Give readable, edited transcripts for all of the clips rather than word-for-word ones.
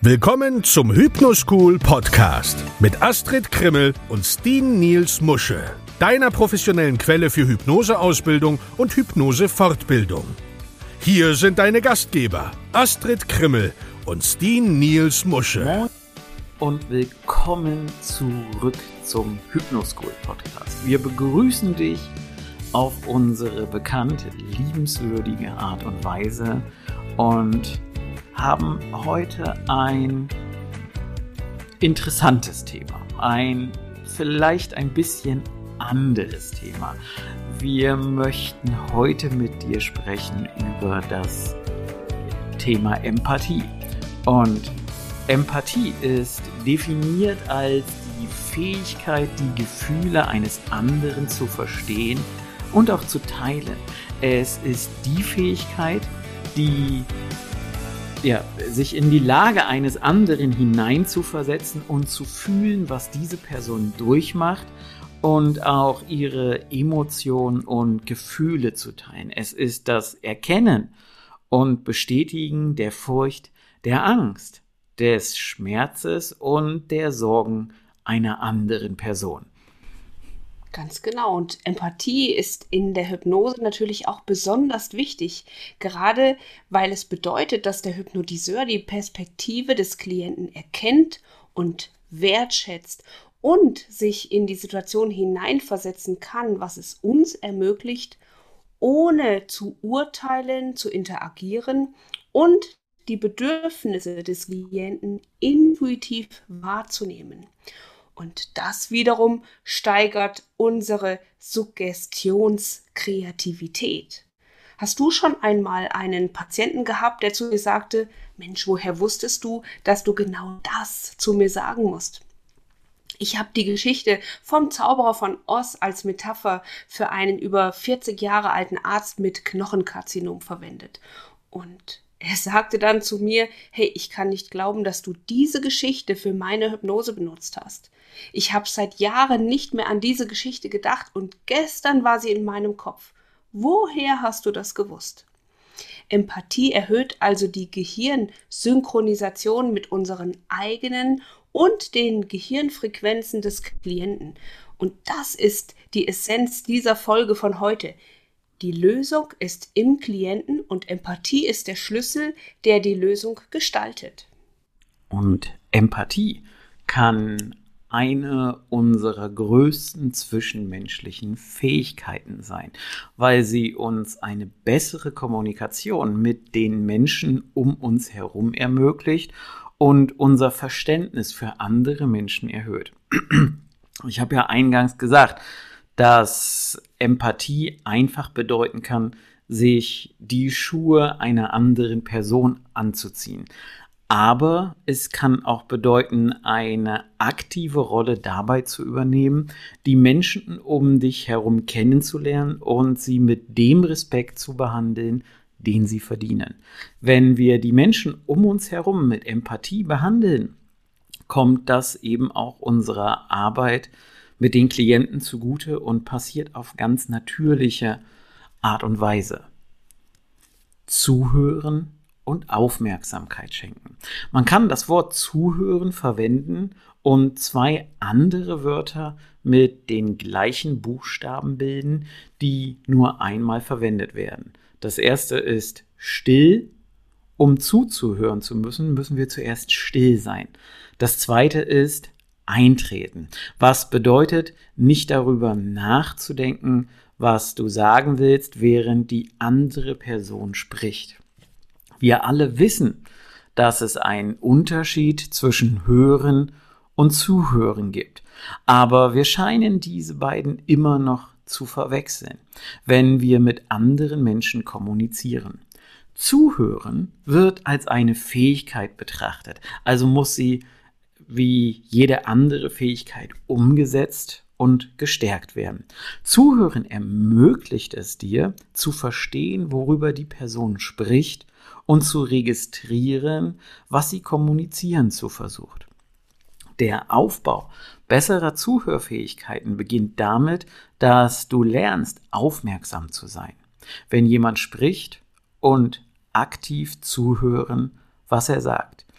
Willkommen zum Hypnoschool Podcast mit Astrid Krimmel und Steen Niels Musche, deiner professionellen Quelle für Hypnoseausbildung und Hypnosefortbildung. Hier sind deine Gastgeber Astrid Krimmel und Steen Niels Musche. Moin und willkommen zurück zum Hypnoschool Podcast. Wir begrüßen dich auf unsere bekannte, liebenswürdige Art und Weise und haben heute ein interessantes Thema, vielleicht ein bisschen anderes Thema. Wir möchten heute mit dir sprechen über das Thema Empathie. Und Empathie ist definiert als die Fähigkeit, die Gefühle eines anderen zu verstehen und auch zu teilen. Es ist die Fähigkeit, sich in die Lage eines anderen hineinzuversetzen und zu fühlen, was diese Person durchmacht und auch ihre Emotionen und Gefühle zu teilen. Es ist das Erkennen und Bestätigen der Furcht, der Angst, des Schmerzes und der Sorgen einer anderen Person. Ganz genau. Und Empathie ist in der Hypnose natürlich auch besonders wichtig, gerade weil es bedeutet, dass der Hypnotiseur die Perspektive des Klienten erkennt und wertschätzt und sich in die Situation hineinversetzen kann, was es uns ermöglicht, ohne zu urteilen, zu interagieren und die Bedürfnisse des Klienten intuitiv wahrzunehmen. Und das wiederum steigert unsere Suggestionskreativität. Hast du schon einmal einen Patienten gehabt, der zu dir sagte, Mensch, woher wusstest du, dass du genau das zu mir sagen musst? Ich habe die Geschichte vom Zauberer von Oz als Metapher für einen über 40 Jahre alten Arzt mit Knochenkarzinom verwendet. Und er sagte dann zu mir, hey, ich kann nicht glauben, dass du diese Geschichte für meine Hypnose benutzt hast. Ich habe seit Jahren nicht mehr an diese Geschichte gedacht und gestern war sie in meinem Kopf. Woher hast du das gewusst? Empathie erhöht also die Gehirnsynchronisation mit unseren eigenen und den Gehirnfrequenzen des Klienten. Und das ist die Essenz dieser Folge von heute. Die Lösung ist im Klienten und Empathie ist der Schlüssel, der die Lösung gestaltet. Und Empathie kann eine unserer größten zwischenmenschlichen Fähigkeiten sein, weil sie uns eine bessere Kommunikation mit den Menschen um uns herum ermöglicht und unser Verständnis für andere Menschen erhöht. Ich habe ja eingangs gesagt, dass Empathie einfach bedeuten kann, sich die Schuhe einer anderen Person anzuziehen. Aber es kann auch bedeuten, eine aktive Rolle dabei zu übernehmen, die Menschen um dich herum kennenzulernen und sie mit dem Respekt zu behandeln, den sie verdienen. Wenn wir die Menschen um uns herum mit Empathie behandeln, kommt das eben auch unserer Arbeit mit den Klienten zugute und passiert auf ganz natürliche Art und Weise. Zuhören und Aufmerksamkeit schenken. Man kann das Wort Zuhören verwenden und zwei andere Wörter mit den gleichen Buchstaben bilden, die nur einmal verwendet werden. Das erste ist still. Um zuzuhören zu müssen, müssen wir zuerst still sein. Das zweite ist eintreten, was bedeutet, nicht darüber nachzudenken, was du sagen willst, während die andere Person spricht. Wir alle wissen, dass es einen Unterschied zwischen Hören und Zuhören gibt, aber wir scheinen diese beiden immer noch zu verwechseln, wenn wir mit anderen Menschen kommunizieren. Zuhören wird als eine Fähigkeit betrachtet, also muss sie wie jede andere Fähigkeit umgesetzt und gestärkt werden. Zuhören ermöglicht es dir, zu verstehen, worüber die Person spricht und zu registrieren, was sie kommunizieren zu versucht. Der Aufbau besserer Zuhörfähigkeiten beginnt damit, dass du lernst, aufmerksam zu sein, wenn jemand spricht und aktiv zuhören, was er sagt.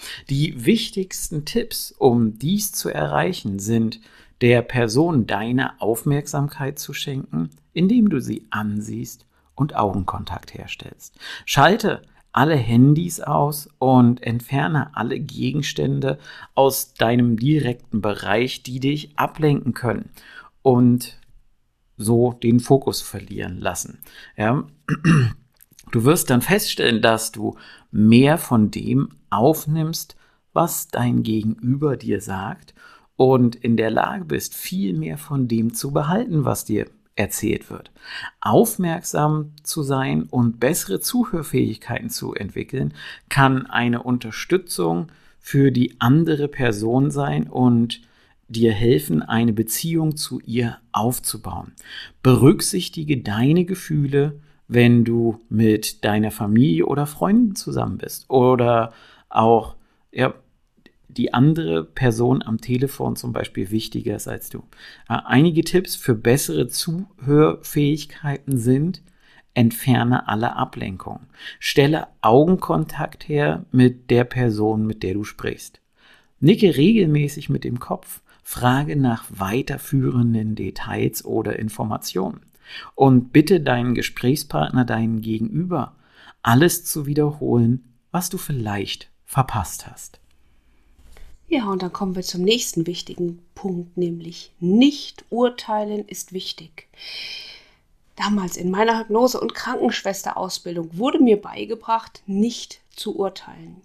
Die wichtigsten Tipps, um dies zu erreichen, sind, der Person deine Aufmerksamkeit zu schenken, indem du sie ansiehst und Augenkontakt herstellst. Schalte alle Handys aus und entferne alle Gegenstände aus deinem direkten Bereich, die dich ablenken können und so den Fokus verlieren lassen. Ja? Du wirst dann feststellen, dass du mehr von dem aufnimmst, was dein Gegenüber dir sagt und in der Lage bist, viel mehr von dem zu behalten, was dir erzählt wird. Aufmerksam zu sein und bessere Zuhörfähigkeiten zu entwickeln, kann eine Unterstützung für die andere Person sein und dir helfen, eine Beziehung zu ihr aufzubauen. Berücksichtige deine Gefühle, wenn du mit deiner Familie oder Freunden zusammen bist oder auch die andere Person am Telefon zum Beispiel wichtiger ist als du. Einige Tipps für bessere Zuhörfähigkeiten sind: Entferne alle Ablenkungen. Stelle Augenkontakt her mit der Person, mit der du sprichst. Nicke regelmäßig mit dem Kopf. Frage nach weiterführenden Details oder Informationen. Und bitte deinen Gesprächspartner, deinen Gegenüber, alles zu wiederholen, was du vielleicht verpasst hast. Ja, und dann kommen wir zum nächsten wichtigen Punkt, nämlich nicht urteilen ist wichtig. Damals in meiner Hypnose- und Krankenschwesterausbildung wurde mir beigebracht, nicht zu urteilen.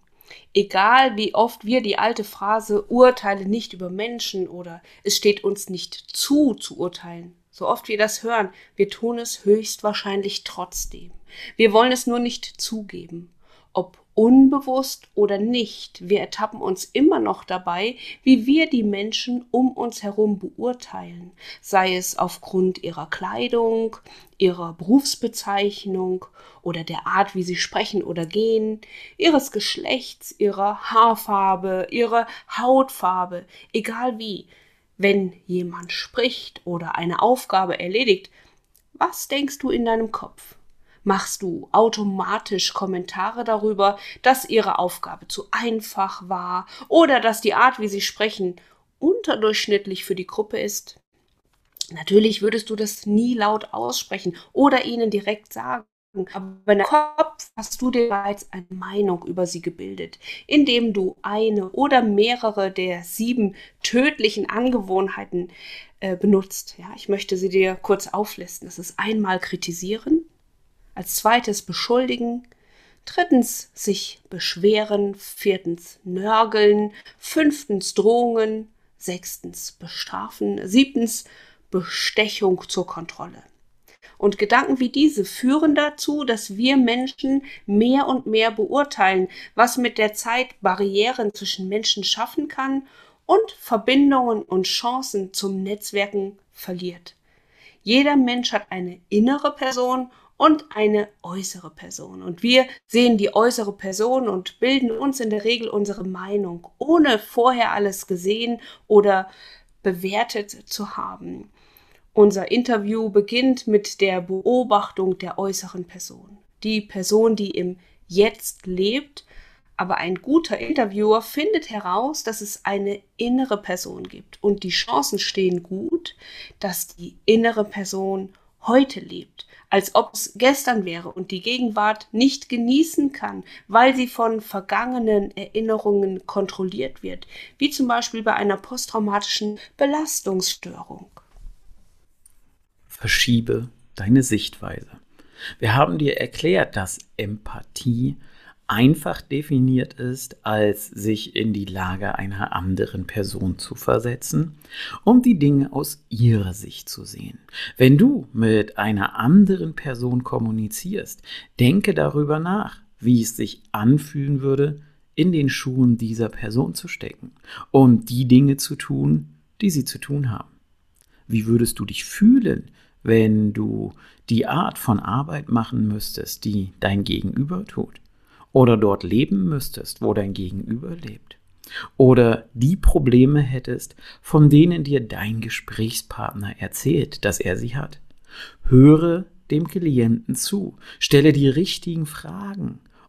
Egal wie oft wir die alte Phrase urteile nicht über Menschen oder es steht uns nicht zu urteilen. So oft wir das hören, wir tun es höchstwahrscheinlich trotzdem. Wir wollen es nur nicht zugeben. Ob unbewusst oder nicht, wir ertappen uns immer noch dabei, wie wir die Menschen um uns herum beurteilen, sei es aufgrund ihrer Kleidung, ihrer Berufsbezeichnung oder der Art, wie sie sprechen oder gehen, ihres Geschlechts, ihrer Haarfarbe, ihrer Hautfarbe, egal wie. Wenn jemand spricht oder eine Aufgabe erledigt, was denkst du in deinem Kopf? Machst du automatisch Kommentare darüber, dass ihre Aufgabe zu einfach war oder dass die Art, wie sie sprechen, unterdurchschnittlich für die Gruppe ist? Natürlich würdest du das nie laut aussprechen oder ihnen direkt sagen, aber in deinem Kopf hast du dir bereits eine Meinung über sie gebildet, indem du eine oder mehrere der 7 tödlichen Angewohnheiten benutzt. Ja, ich möchte sie dir kurz auflisten. Das ist einmal kritisieren, als zweites beschuldigen, drittens sich beschweren, viertens nörgeln, fünftens Drohungen, sechstens bestrafen, siebtens Bestechung zur Kontrolle. Und Gedanken wie diese führen dazu, dass wir Menschen mehr und mehr beurteilen, was mit der Zeit Barrieren zwischen Menschen schaffen kann und Verbindungen und Chancen zum Netzwerken verliert. Jeder Mensch hat eine innere Person und eine äußere Person. Und wir sehen die äußere Person und bilden uns in der Regel unsere Meinung, ohne vorher alles gesehen oder bewertet zu haben. Unser Interview beginnt mit der Beobachtung der äußeren Person. Die Person, die im Jetzt lebt, aber ein guter Interviewer findet heraus, dass es eine innere Person gibt. Und die Chancen stehen gut, dass die innere Person heute lebt, als ob es gestern wäre und die Gegenwart nicht genießen kann, weil sie von vergangenen Erinnerungen kontrolliert wird, wie zum Beispiel bei einer posttraumatischen Belastungsstörung. Verschiebe deine Sichtweise. Wir haben dir erklärt, dass Empathie einfach definiert ist, als sich in die Lage einer anderen Person zu versetzen, um die Dinge aus ihrer Sicht zu sehen. Wenn du mit einer anderen Person kommunizierst, denke darüber nach, wie es sich anfühlen würde, in den Schuhen dieser Person zu stecken und die Dinge zu tun, die sie zu tun haben. Wie würdest du dich fühlen, wenn du die Art von Arbeit machen müsstest, die dein Gegenüber tut? Oder dort leben müsstest, wo dein Gegenüber lebt? Oder die Probleme hättest, von denen dir dein Gesprächspartner erzählt, dass er sie hat? Höre dem Klienten zu, stelle die richtigen Fragen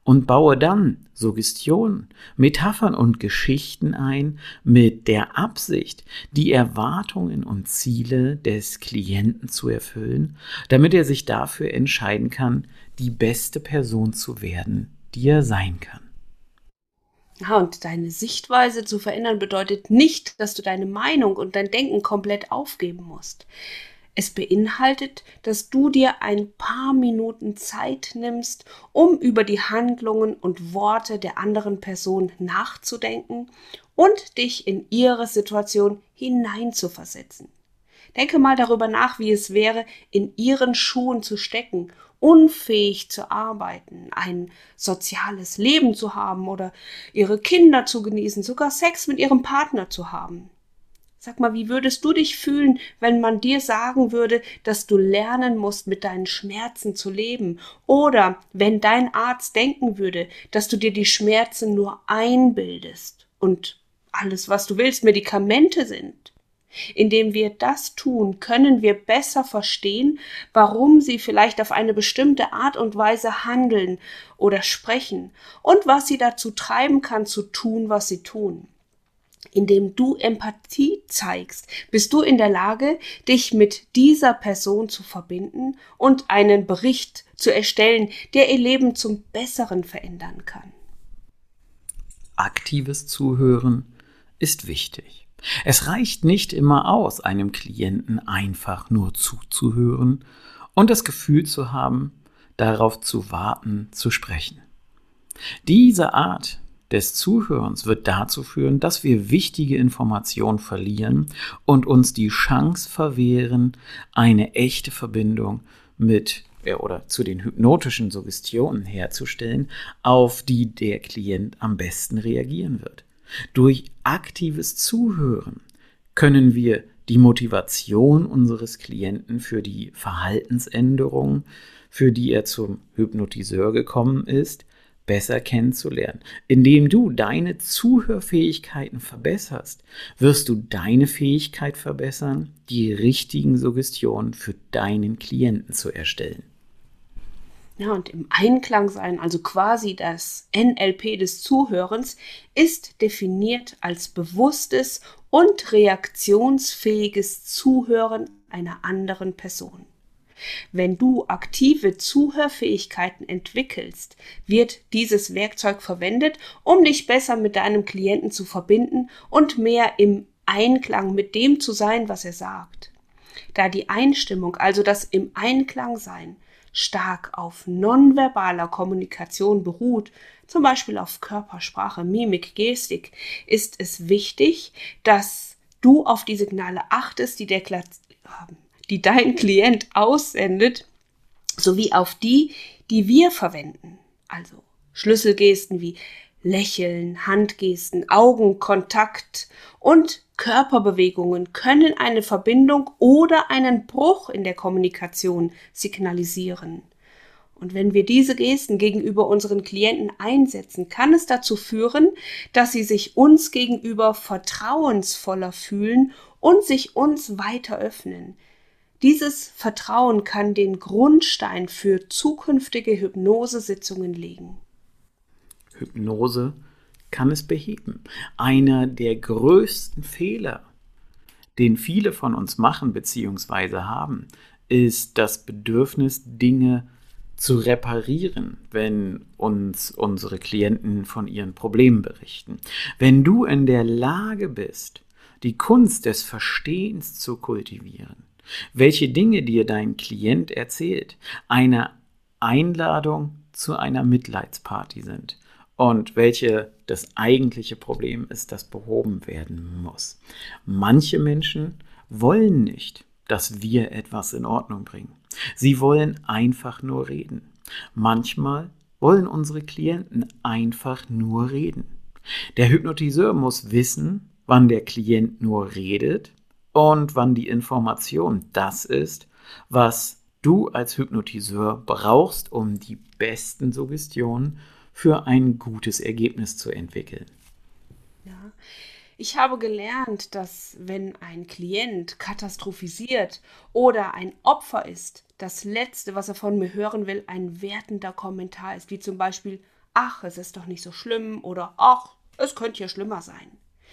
und baue dann Suggestionen, Metaphern und Geschichten ein mit der Absicht, die Erwartungen und Ziele des Klienten zu erfüllen, damit er sich dafür entscheiden kann, die beste Person zu werden, die er sein kann. Ja, und deine Sichtweise zu verändern bedeutet nicht, dass du deine Meinung und dein Denken komplett aufgeben musst. Es beinhaltet, dass du dir ein paar Minuten Zeit nimmst, um über die Handlungen und Worte der anderen Person nachzudenken und dich in ihre Situation hineinzuversetzen. Denke mal darüber nach, wie es wäre, in ihren Schuhen zu stecken, unfähig zu arbeiten, ein soziales Leben zu haben oder ihre Kinder zu genießen, sogar Sex mit ihrem Partner zu haben. Sag mal, wie würdest du dich fühlen, wenn man dir sagen würde, dass du lernen musst, mit deinen Schmerzen zu leben? Oder wenn dein Arzt denken würde, dass du dir die Schmerzen nur einbildest und alles, was du willst, Medikamente sind? Indem wir das tun, können wir besser verstehen, warum sie vielleicht auf eine bestimmte Art und Weise handeln oder sprechen und was sie dazu treiben kann, zu tun, was sie tun. Indem du Empathie zeigst, bist du in der Lage, dich mit dieser Person zu verbinden und einen Bericht zu erstellen, der ihr Leben zum Besseren verändern kann. Aktives Zuhören ist wichtig. Es reicht nicht immer aus, einem Klienten einfach nur zuzuhören und das Gefühl zu haben, darauf zu warten, zu sprechen. Diese Art des Zuhörens wird dazu führen, dass wir wichtige Informationen verlieren und uns die Chance verwehren, eine echte Verbindung mit oder zu den hypnotischen Suggestionen herzustellen, auf die der Klient am besten reagieren wird. Durch aktives Zuhören können wir die Motivation unseres Klienten für die Verhaltensänderung, für die er zum Hypnotiseur gekommen ist, besser kennenzulernen. Indem du deine Zuhörfähigkeiten verbesserst, wirst du deine Fähigkeit verbessern, die richtigen Suggestionen für deinen Klienten zu erstellen. Ja, und im Einklang sein, also quasi das NLP des Zuhörens, ist definiert als bewusstes und reaktionsfähiges Zuhören einer anderen Person. Wenn du aktive Zuhörfähigkeiten entwickelst, wird dieses Werkzeug verwendet, um dich besser mit deinem Klienten zu verbinden und mehr im Einklang mit dem zu sein, was er sagt. Da die Einstimmung, also das im Einklang sein, stark auf nonverbaler Kommunikation beruht, zum Beispiel auf Körpersprache, Mimik, Gestik, ist es wichtig, dass du auf die Signale achtest, die dein Klient aussendet, sowie auf die wir verwenden. Also Schlüsselgesten wie Lächeln, Handgesten, Augenkontakt und Körperbewegungen können eine Verbindung oder einen Bruch in der Kommunikation signalisieren. Und wenn wir diese Gesten gegenüber unseren Klienten einsetzen, kann es dazu führen, dass sie sich uns gegenüber vertrauensvoller fühlen und sich uns weiter öffnen. Dieses Vertrauen kann den Grundstein für zukünftige Hypnosesitzungen legen. Hypnose kann es beheben. Einer der größten Fehler, den viele von uns machen bzw. haben, ist das Bedürfnis, Dinge zu reparieren, wenn uns unsere Klienten von ihren Problemen berichten. Wenn du in der Lage bist, die Kunst des Verstehens zu kultivieren, welche Dinge dir dein Klient erzählt, eine Einladung zu einer Mitleidsparty sind und welche das eigentliche Problem ist, das behoben werden muss. Manche Menschen wollen nicht, dass wir etwas in Ordnung bringen. Sie wollen einfach nur reden. Manchmal wollen unsere Klienten einfach nur reden. Der Hypnotiseur muss wissen, wann der Klient nur redet und wann die Information das ist, was du als Hypnotiseur brauchst, um die besten Suggestionen für ein gutes Ergebnis zu entwickeln. Ja, ich habe gelernt, dass wenn ein Klient katastrophisiert oder ein Opfer ist, das Letzte, was er von mir hören will, ein wertender Kommentar ist, wie zum Beispiel: ach, es ist doch nicht so schlimm oder ach, es könnte ja schlimmer sein.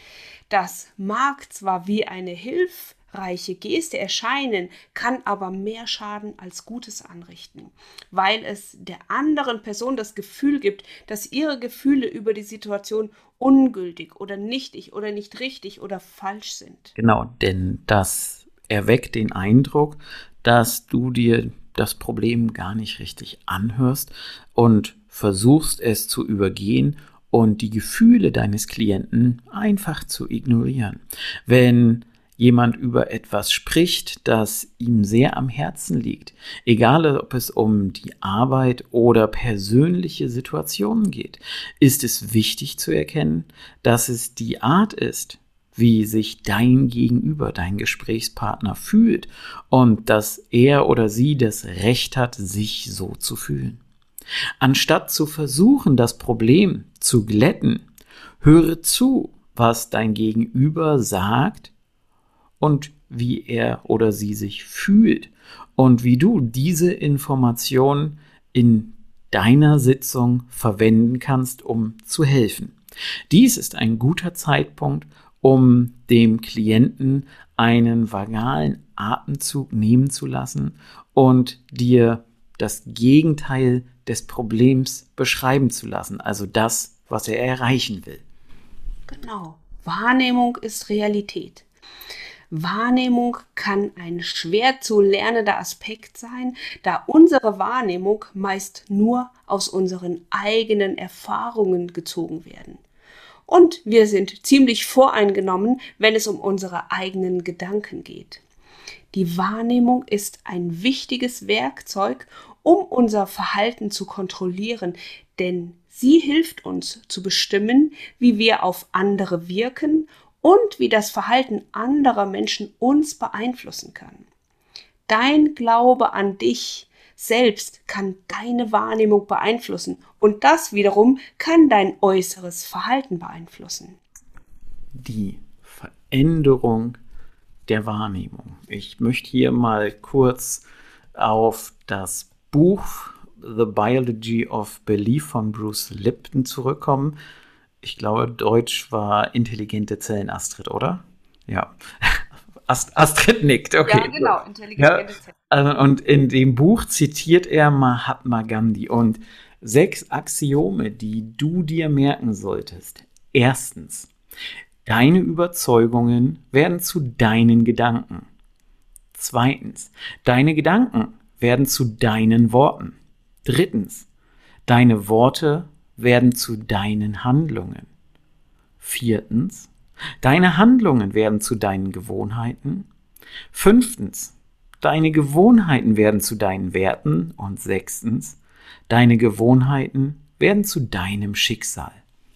Das mag zwar wie eine hilfreiche Geste erscheinen, kann aber mehr Schaden als Gutes anrichten, weil es der anderen Person das Gefühl gibt, dass ihre Gefühle über die Situation ungültig oder nichtig oder nicht richtig oder falsch sind. Genau, denn das erweckt den Eindruck, dass du dir das Problem gar nicht richtig anhörst und versuchst es zu übergehen und die Gefühle deines Klienten einfach zu ignorieren. Wenn jemand über etwas spricht, das ihm sehr am Herzen liegt, egal ob es um die Arbeit oder persönliche Situationen geht, ist es wichtig zu erkennen, dass es die Art ist, wie sich dein Gegenüber, dein Gesprächspartner fühlt und dass er oder sie das Recht hat, sich so zu fühlen. Anstatt zu versuchen, das Problem zu glätten, höre zu, was dein Gegenüber sagt und wie er oder sie sich fühlt und wie du diese Information in deiner Sitzung verwenden kannst, um zu helfen. Dies ist ein guter Zeitpunkt, um dem Klienten einen vagalen Atemzug nehmen zu lassen und dir das Gegenteil des Problems beschreiben zu lassen, also das, was er erreichen will. Genau. Wahrnehmung ist Realität. Wahrnehmung kann ein schwer zu lernender Aspekt sein, da unsere Wahrnehmung meist nur aus unseren eigenen Erfahrungen gezogen werden. Und wir sind ziemlich voreingenommen, wenn es um unsere eigenen Gedanken geht. Die Wahrnehmung ist ein wichtiges Werkzeug, um unser Verhalten zu kontrollieren, denn sie hilft uns zu bestimmen, wie wir auf andere wirken und wie das Verhalten anderer Menschen uns beeinflussen kann. Dein Glaube an dich selbst kann deine Wahrnehmung beeinflussen und das wiederum kann dein äußeres Verhalten beeinflussen. Die Veränderung der Wahrnehmung. Ich möchte hier mal kurz auf das Buch The Biology of Belief von Bruce Lipton zurückkommen. Ich glaube, Deutsch war intelligente Zellen, Astrid, oder? Ja. Astrid nickt, okay. Ja, genau, intelligente Zellen. Und in dem Buch zitiert er Mahatma Gandhi und 6 Axiome, die du dir merken solltest. Erstens, deine Überzeugungen werden zu deinen Gedanken. Zweitens, deine Gedanken werden zu deinen Worten. Drittens, deine Worte werden zu deinen Handlungen. Viertens, deine Handlungen werden zu deinen Gewohnheiten. Fünftens, deine Gewohnheiten werden zu deinen Werten. Und sechstens, deine Gewohnheiten werden zu deinem Schicksal.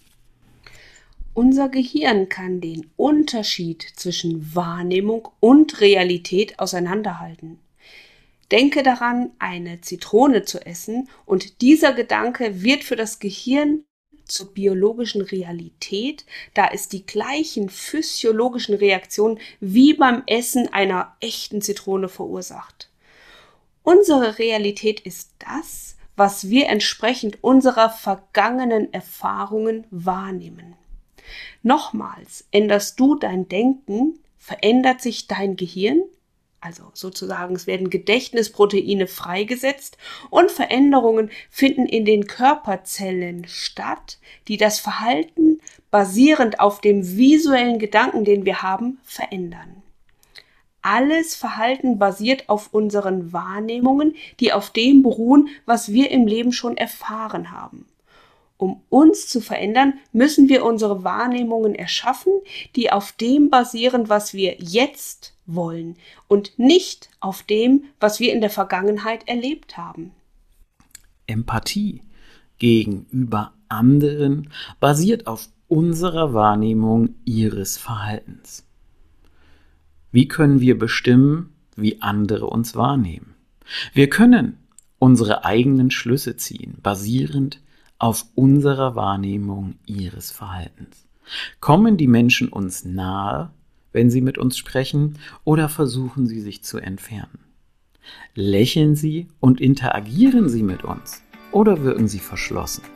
Unser Gehirn kann den Unterschied zwischen Wahrnehmung und Realität auseinanderhalten. Denke daran, eine Zitrone zu essen und dieser Gedanke wird für das Gehirn zur biologischen Realität, da es die gleichen physiologischen Reaktionen wie beim Essen einer echten Zitrone verursacht. Unsere Realität ist das, was wir entsprechend unserer vergangenen Erfahrungen wahrnehmen. Nochmals, änderst du dein Denken, verändert sich dein Gehirn, also sozusagen es werden Gedächtnisproteine freigesetzt und Veränderungen finden in den Körperzellen statt, die das Verhalten basierend auf dem visuellen Gedanken, den wir haben, verändern. Alles Verhalten basiert auf unseren Wahrnehmungen, die auf dem beruhen, was wir im Leben schon erfahren haben. Um uns zu verändern, müssen wir unsere Wahrnehmungen erschaffen, die auf dem basieren, was wir jetzt wollen und nicht auf dem, was wir in der Vergangenheit erlebt haben. Empathie gegenüber anderen basiert auf unserer Wahrnehmung ihres Verhaltens. Wie können wir bestimmen, wie andere uns wahrnehmen? Wir können unsere eigenen Schlüsse ziehen, basierend auf unserer Wahrnehmung ihres Verhaltens. Kommen die Menschen uns nahe, wenn sie mit uns sprechen, oder versuchen sie sich zu entfernen? Lächeln sie und interagieren sie mit uns, oder wirken sie verschlossen?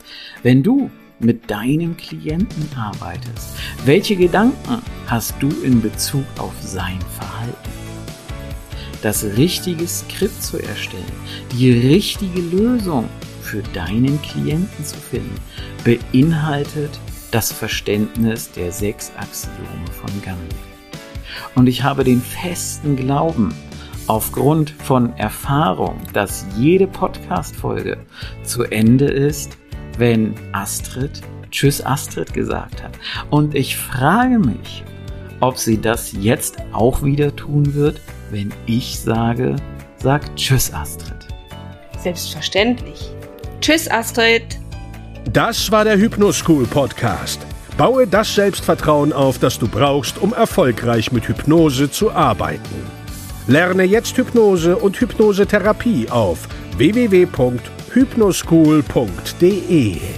Wenn du mit deinem Klienten arbeitest, welche Gedanken hast du in Bezug auf sein Verhalten? Das richtige Skript zu erstellen, die richtige Lösung für deinen Klienten zu finden, beinhaltet das Verständnis der 6 Axiome von Gandhi. Und ich habe den festen Glauben, aufgrund von Erfahrung, dass jede Podcast-Folge zu Ende ist, wenn Astrid Tschüss Astrid gesagt hat. Und ich frage mich, ob sie das jetzt auch wieder tun wird, wenn ich sage, sag Tschüss Astrid. Selbstverständlich. Tschüss Astrid. Das war der Hypnoschool Podcast. Baue das Selbstvertrauen auf, das du brauchst, um erfolgreich mit Hypnose zu arbeiten. Lerne jetzt Hypnose und Hypnosetherapie auf www.hypnoschool.de.